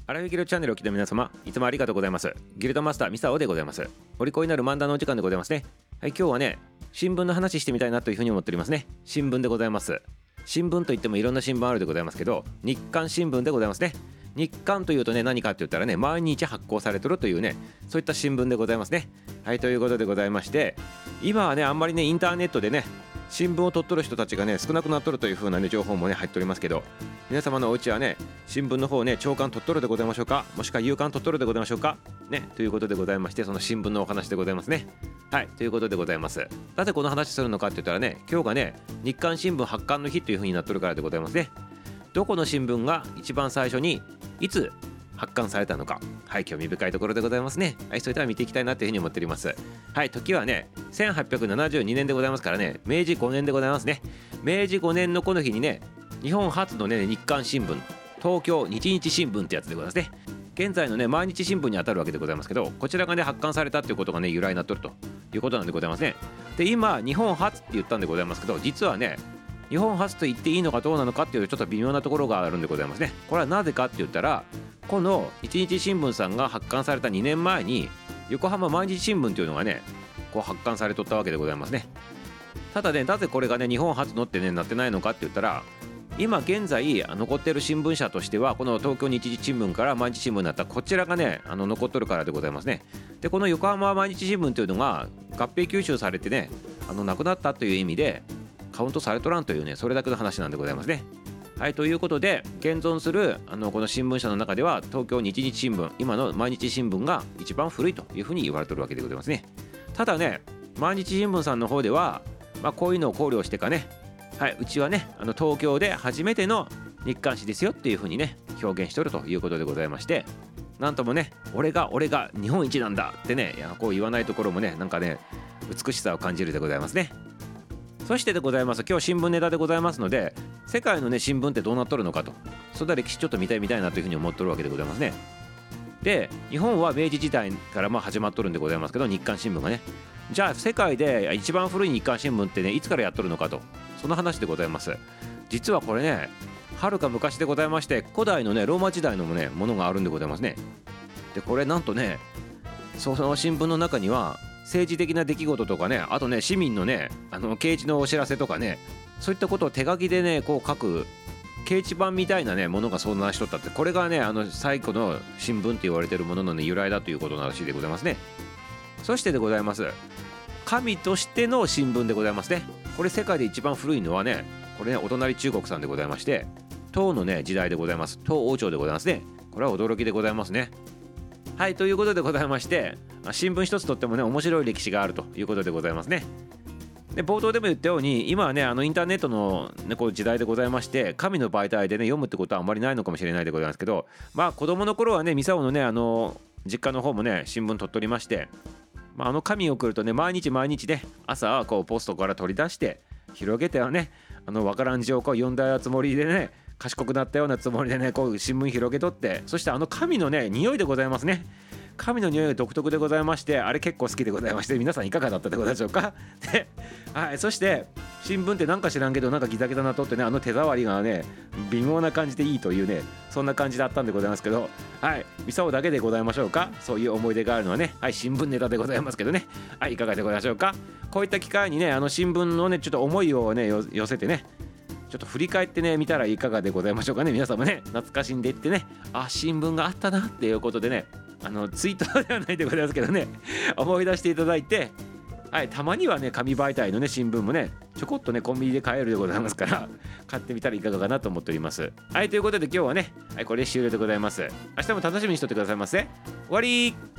アラフィギルドチャンネルをお聞きの皆様、いつもありがとうございます。ギルドマスターミサオでございます。お利口になる漫談のお時間でございますね。はい、今日はね、新聞の話してみたいなというふうに思っておりますね。新聞でございます。新聞といってもいろんな新聞あるでございますけど、日刊新聞でございますね。日刊というとね、何かって言ったらね、毎日発行されてるというね、そういった新聞でございますね。はい、ということでございまして、今はね、あんまりね、インターネットでね、新聞を取っとる人たちがね、少なくなっとるという風なね、情報もね、入っておりますけど、皆様のお家はね、新聞の方ね、朝刊取っとるでございましょうか、もしくは夕刊取っとるでございましょうかね、ということでございまして、その新聞のお話でございますね。はい、ということでございます。なぜこの話するのかって言ったらね、今日がね、日刊新聞発刊の日という風になっとるからでございますね。どこの新聞が一番最初にいつ発刊されたのか、はい、興味深いところでございますね。はい、それでは見ていきたいなというふうに思っております。はい、時はね、1872年でございますからね、明治5年でございますね。明治5年のこの日にね、日本初のね、日刊新聞、東京日日新聞ってやつでございますね。現在のね、毎日新聞にあたるわけでございますけど、こちらがね、発刊されたっていうことがね、由来になっとるということなんでございますね。で、今、日本初って言ったんでございますけど、実はね、日本初と言っていいのかどうなのかっていうちょっと微妙なところがあるんでございますね。これはなぜかって言ったら、この一日新聞さんが発刊された2年前に横浜毎日新聞というのがね、こう発刊されとったわけでございますね。ただね、なぜこれがね、日本初のってね、なってないのかって言ったら、今現在残っている新聞社としては、この東京日日新聞から毎日新聞になったこちらがね、残っとるからでございますね。で、この横浜毎日新聞というのが合併吸収されてね、なくなったという意味でカウントされとらんというね、それだけの話なんでございますね。はい、ということで、現存するこの新聞社の中では東京日日新聞、今の毎日新聞が一番古いというふうに言われてるわけでございますね。ただね、毎日新聞さんの方では、こういうのを考慮してかね、はい、うちはね、東京で初めての日刊誌ですよっていうふうにね、表現しとるということでございまして、なんともね、俺が日本一なんだってね、こう言わないところもね、なんかね、美しさを感じるでございますね。そしてでございます、今日新聞ネタでございますので、世界のね、新聞ってどうなっとるのかと、そんな歴史ちょっと見たいなというふうに思っとるわけでございますね。で、日本は明治時代から始まっとるんでございますけど、日刊新聞がね、じゃあ世界で一番古い日刊新聞ってね、いつからやっとるのかと、その話でございます。実はこれね、はるか昔でございまして、古代のね、ローマ時代のね、ものがあるんでございますね。で、これなんとね、その新聞の中には政治的な出来事とかね、あとね、市民のね、掲示のお知らせとかね、そういったことを手書きでね、こう書く掲示板みたいなね、ものが存在しとったって、これがね、最古の新聞って言われてるもののね、由来だということらしいでございますね。そしてでございます、紙としての新聞でございますね。これ世界で一番古いのはね、これね、お隣中国さんでございまして、唐のね、時代でございます。唐王朝でございますね。これは驚きでございますね。はい、ということでございまして、新聞一つとってもね、面白い歴史があるということでございますね。で、冒頭でも言ったように、今はね、インターネットの、ね、こう時代でございまして、紙の媒体でね、読むってことはあんまりないのかもしれないでございますけど、子供の頃はね、ミサオのね、実家の方もね、新聞取っとりまして、紙を送るとね、毎日ね、朝こうポストから取り出して広げてはね、わからん字をこう読んだつもりでね、賢くなったようなつもりでね、こう新聞広げとって、そして紙のね、匂いでございますね。紙の匂いが独特でございまして、あれ結構好きでございまして、皆さんいかがだったでございましょうか。で、はい、そして新聞ってなんか知らんけど、なんかギザギザなとってね、手触りがね、微妙な感じでいいというね、そんな感じだったんでございますけど、はい、ミサオだけでございましょうか。そういう思い出があるのはね、はい、新聞ネタでございますけどね、はい、いかがでございましょうか。こういった機会にね、新聞のね、ちょっと思いをね、寄せてね、ちょっと振り返ってね、見たらいかがでございましょうかね。皆さんもね、懐かしんでいってね、新聞があったなっていうことでね、ツイートではないでございますけどね、思い出していただいて、はい、たまにはね、紙媒体のね、新聞もね、ちょこっとね、コンビニで買えるでございますから、買ってみたらいかがかなと思っております。はい、ということで今日はね、はい、これで終了でございます。明日も楽しみにしとってくださいませ。終わり。